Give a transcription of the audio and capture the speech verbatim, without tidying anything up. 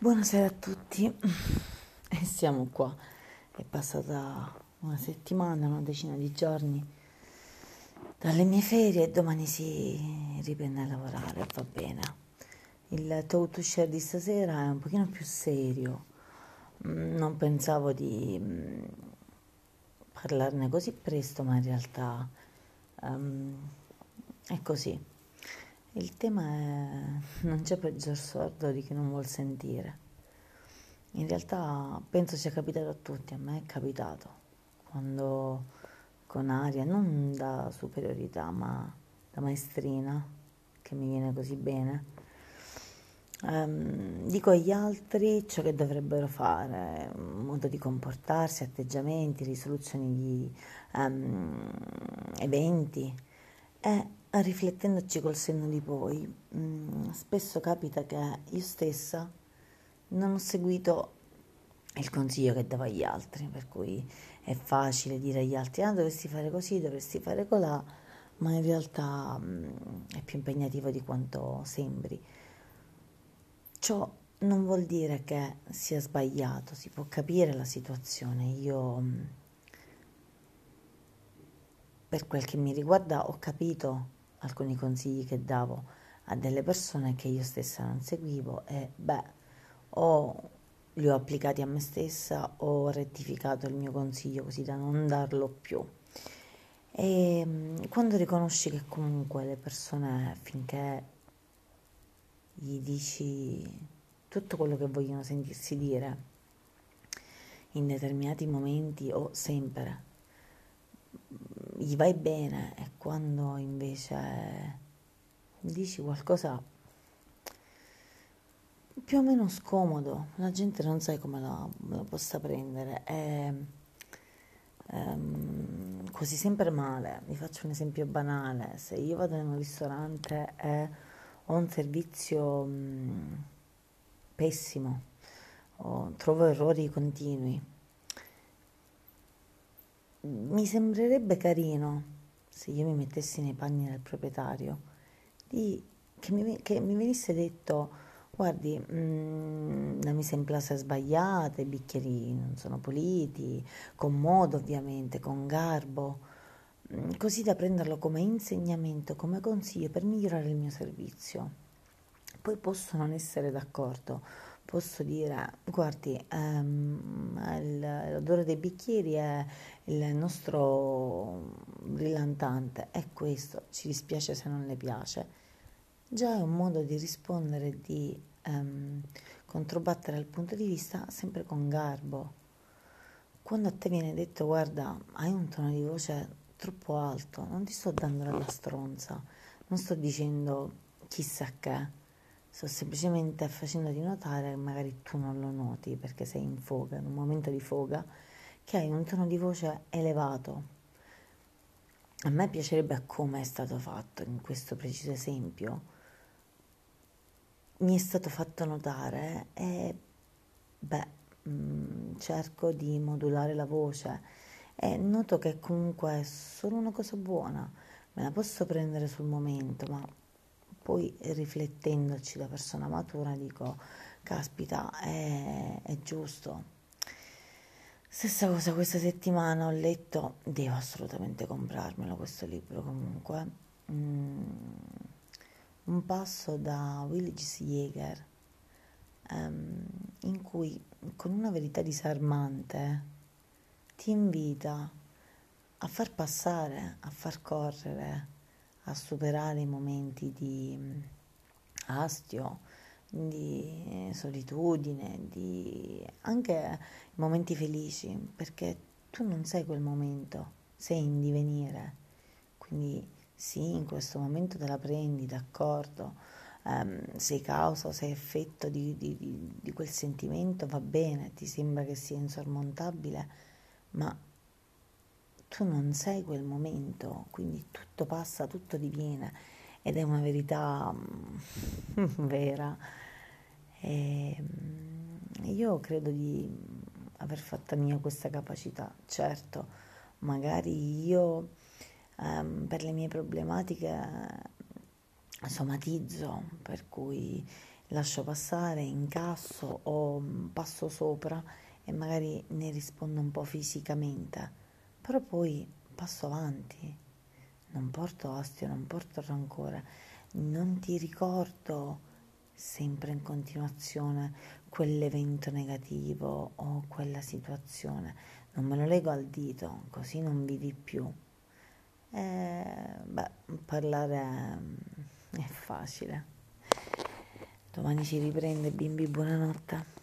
Buonasera a tutti, e siamo qua. È passata una settimana, una decina di giorni dalle mie ferie e domani si riprende a lavorare, va bene. Il talk to share di stasera è un pochino più serio. Mm, Non pensavo di mm, parlarne così presto, ma in realtà ehm, è così. Il tema è non c'è peggior sordo di chi non vuol sentire. In realtà penso sia capitato a tutti, a me è capitato, quando con aria non da superiorità, ma da maestrina, che mi viene così bene, ehm, dico agli altri ciò che dovrebbero fare, modo di comportarsi, atteggiamenti, risoluzioni di ehm, eventi e riflettendoci col senno di poi, mm, spesso capita che io stessa non ho seguito il consiglio che davo agli altri, per cui è facile dire agli altri, ah, dovresti fare così, dovresti fare colà, ma in realtà mm, è più impegnativo di quanto sembri. Ciò non vuol dire che sia sbagliato, si può capire la situazione. Io, mm, per quel che mi riguarda, ho capito alcuni consigli che davo a delle persone che io stessa non seguivo e, beh, o li ho applicati a me stessa o ho rettificato il mio consiglio così da non darlo più. E mm, quando riconosci che comunque le persone, finché gli dici tutto quello che vogliono sentirsi dire in determinati momenti o sempre, gli vai bene, e quando invece dici qualcosa più o meno scomodo, la gente non sa come la, la possa prendere, è ehm, quasi sempre male. Vi faccio un esempio banale: se io vado in un ristorante e ho un servizio mh, pessimo o trovo errori continui, mi sembrerebbe carino, se io mi mettessi nei panni del proprietario, di, che, mi, che mi venisse detto: guardi, mm, la mise in place è sbagliata, i bicchieri non sono puliti, con modo ovviamente, con garbo, mm, così da prenderlo come insegnamento, come consiglio per migliorare il mio servizio. Poi posso non essere d'accordo, posso dire, guardi, ehm, il- l'odore dei bicchieri è il nostro brillantante, è questo, ci dispiace se non le piace. Già è un modo di rispondere e di ehm, controbattere al punto di vista sempre con garbo. Quando a te viene detto, guarda, hai un tono di voce troppo alto, non ti sto dando la stronza, non sto dicendo chissà che, sto semplicemente facendoti notare che magari tu non lo noti perché sei in foga, in un momento di foga, che hai un tono di voce elevato. A me piacerebbe come è stato fatto in questo preciso esempio, mi è stato fatto notare e, beh, mm, cerco di modulare la voce e noto che comunque è solo una cosa buona, me la posso prendere sul momento, ma poi riflettendoci da persona matura dico, caspita, è, è giusto. Stessa cosa questa settimana ho letto, devo assolutamente comprarmelo questo libro comunque, mm, un passo da Willis Jäger, ehm, in cui con una verità disarmante ti invita a far passare, a far correre, a superare i momenti di mm, astio, di solitudine, di anche momenti felici, perché tu non sei quel momento, sei in divenire. Quindi sì, in questo momento te la prendi, d'accordo, ehm, sei causa o sei effetto di, di- di- di quel sentimento, va bene, ti sembra che sia insormontabile, ma tu non sei quel momento, quindi tutto passa, tutto diviene, ed è una verità mm, vera. E, mm, io credo di aver fatto mia questa capacità. Certo, magari io ehm, per le mie problematiche somatizzo, per cui lascio passare, incasso o mm, passo sopra e magari ne rispondo un po' fisicamente, però poi passo avanti, non porto ostio, non porto rancore, non ti ricordo sempre in continuazione quell'evento negativo o quella situazione, non me lo leggo al dito, così non vivi più. Eh, beh, parlare mm, è facile. Domani si riprende, bimbi, buonanotte.